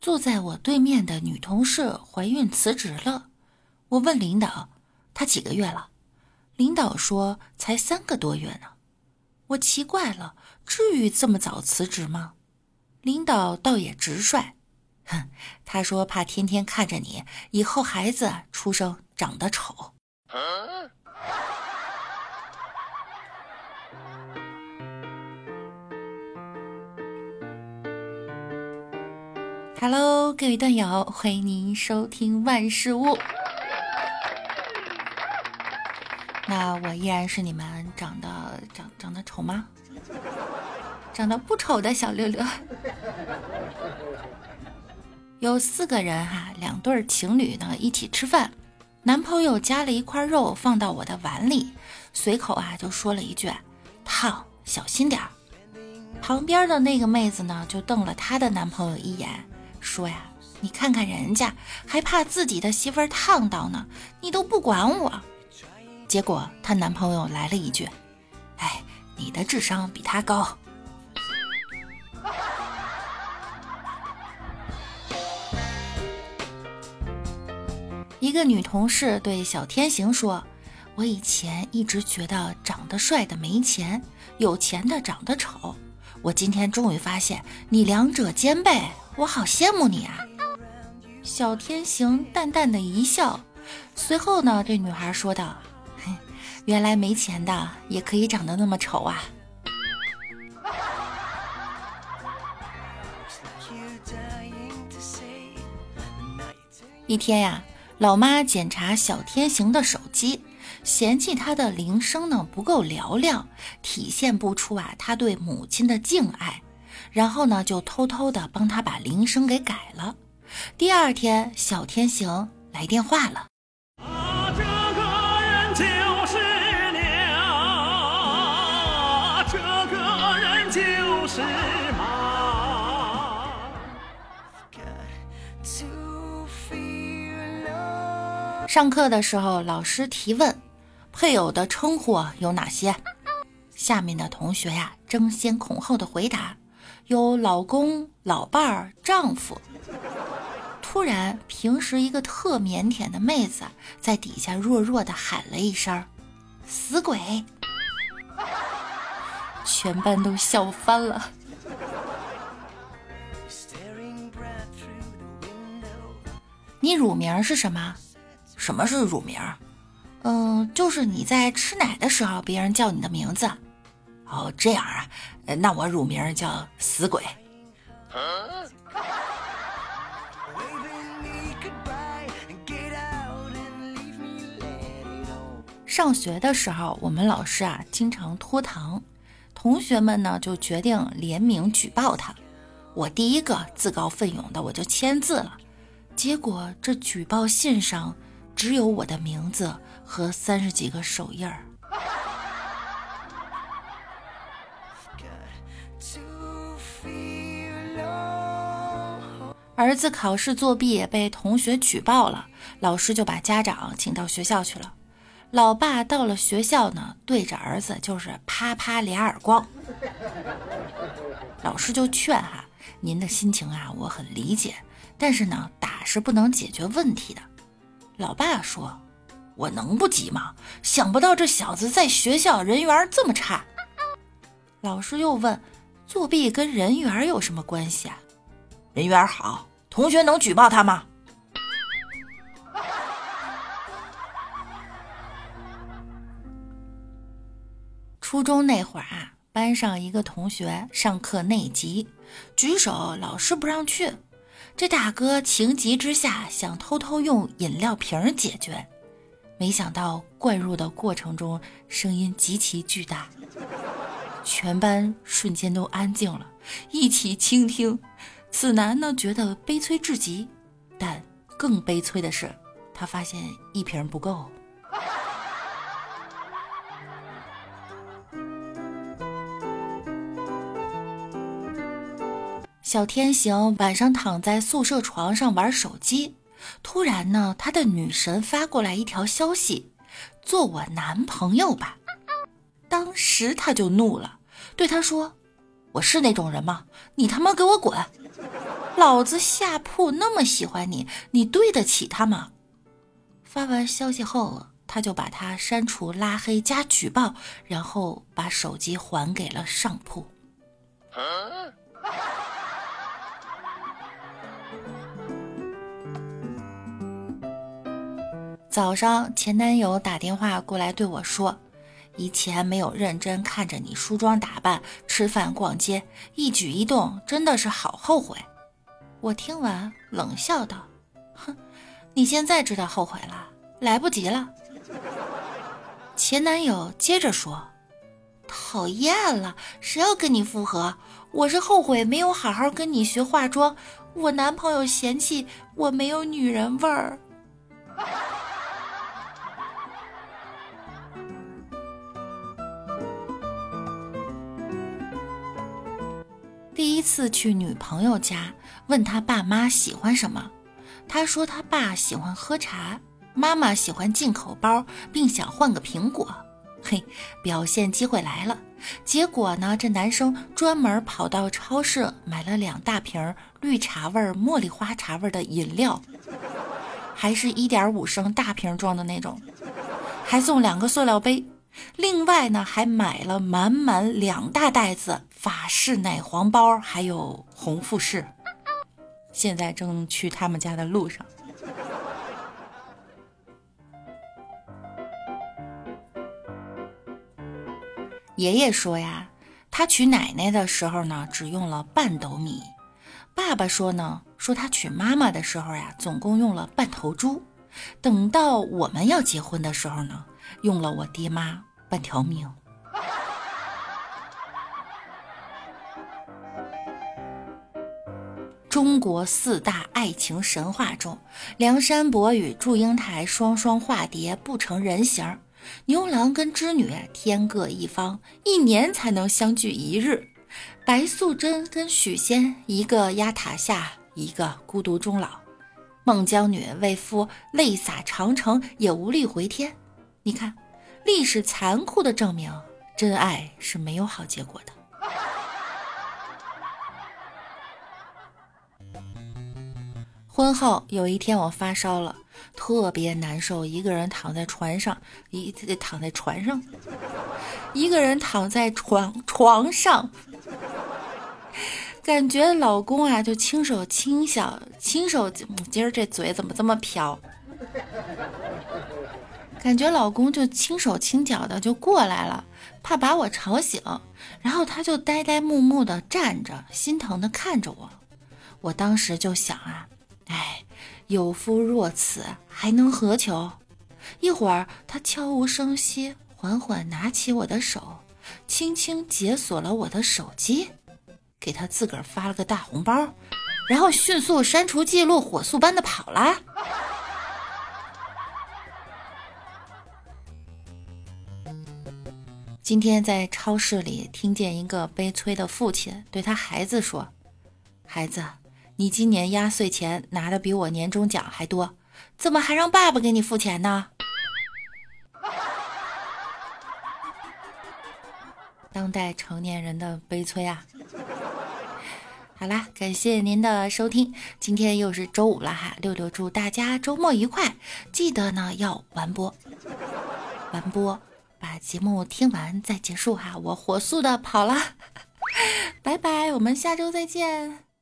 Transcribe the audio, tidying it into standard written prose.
坐在我对面的女同事怀孕辞职了。我问领导，她几个月了？领导说才3个多月呢。我奇怪了，至于这么早辞职吗？领导倒也直率，他说怕天天看着你，以后孩子出生长得丑。Hello， 各位段友，欢迎您收听万事屋。那我依然是你们长得丑吗？长得不丑的小六六。有4个人2对情侣呢一起吃饭，男朋友夹了一块肉放到我的碗里，随口就说了一句：“烫，小心点儿。”旁边的那个妹子呢就瞪了她的男朋友一眼，说呀：“你看看人家，还怕自己的媳妇儿烫到呢，你都不管我。”结果她男朋友来了一句：“哎，你的智商比他高。”一个女同事对小天行说：“我以前一直觉得长得帅的没钱，有钱的长得丑。我今天终于发现你2者兼备，我好羡慕你啊。”小天行淡淡的一笑，随后呢，这女孩说道：“原来没钱的也可以长得那么丑啊。”一天呀，老妈检查小天行的手机，嫌弃他的铃声呢不够嘹亮，体现不出他对母亲的敬爱，然后呢就偷偷的帮他把铃声给改了。第2天，小天行来电话了。 这个人就是娘，这个人就是妈。 上课的时候，老师提问配偶的称呼有哪些？下面的同学争先恐后的回答，有老公、老伴儿、丈夫。突然，平时一个特腼腆的妹子在底下弱弱的喊了一声：“死鬼！”全班都笑翻了。你乳名是什么？什么是乳名？就是你在吃奶的时候别人叫你的名字。哦，这样啊，那我乳名叫死鬼。上学的时候，我们老师经常拖堂，同学们呢就决定联名举报他。我第一个自告奋勇的我就签字了，结果这举报信上只有我的名字和30几个手印儿。儿子考试作弊被同学举报了，老师就把家长请到学校去了。老爸到了学校呢，对着儿子就是啪啪俩耳光。老师就劝您的心情我很理解，但是呢，打是不能解决问题的。老爸说：“我能不急吗？想不到这小子在学校人缘这么差。”老师又问：“作弊跟人缘有什么关系啊？”人缘好，同学能举报他吗？初中那会儿班上一个同学上课内急，举手老师不让去。这大哥情急之下想偷偷用饮料瓶解决，没想到灌入的过程中声音极其巨大，全班瞬间都安静了，一起倾听。此男呢觉得悲催至极，但更悲催的是他发现一瓶不够。小天行晚上躺在宿舍床上玩手机，突然呢，他的女神发过来一条消息：“做我男朋友吧。”当时他就怒了，对他说：“ 我是那种人吗？你他妈给我滚！老子下铺那么喜欢你，你对得起他吗？发完消息后，他就把他删除、拉黑加举报，然后把手机还给了上铺。早上前男友打电话过来对我说，以前没有认真看着你梳妆打扮、吃饭逛街，一举一动真的是好后悔。我听完冷笑道，哼，你现在知道后悔了，来不及了。前男友接着说，讨厌了，谁要跟你复合？我是后悔没有好好跟你学化妆，我男朋友嫌弃我没有女人味儿。第一次去女朋友家，问他爸妈喜欢什么，他说他爸喜欢喝茶，妈妈喜欢进口包，并想换个苹果。嘿，表现机会来了。结果呢，这男生专门跑到超市买了2大瓶绿茶味、茉莉花茶味的饮料，还是1.5升大瓶装的那种，还送2个塑料杯。另外呢，还买了满满2大袋子法式奶黄包，还有红富士。现在正去他们家的路上。爷爷说呀，他娶奶奶的时候呢，只用了半斗米。爸爸说呢，说他娶妈妈的时候呀，总共用了半头猪。等到我们要结婚的时候呢，用了我爹妈半条命。中国4大爱情神话中，梁山伯与祝英台双双化蝶不成人形，牛郎跟织女天各一方，1年才能相聚1日。白素贞跟许仙，一个压塔下，一个孤独终老。孟姜女为夫泪洒长城，也无力回天。你看，历史残酷的证明，真爱是没有好结果的。婚后有一天我发烧了，特别难受，一个人躺在床上，一个人躺在床上，感觉老公啊就轻手，今儿这嘴怎么这么飘？感觉老公就轻手轻脚的就过来了，怕把我吵醒，然后他就呆呆木木的站着，心疼的看着我。我当时就想啊，有夫若此，还能何求？一会儿他悄无声息，缓缓拿起我的手，轻轻解锁了我的手机，给他自个儿发了个大红包，然后迅速删除记录，火速般的跑了。今天在超市里听见一个悲催的父亲对他孩子说，孩子，你今年压岁钱拿的比我年终奖还多，怎么还让爸爸给你付钱呢？当代成年人的悲催啊。好啦，感谢您的收听，今天又是周五了哈，六六祝大家周末愉快，记得呢要完播，把节目听完再结束哈，我火速的跑了，拜拜，我们下周再见。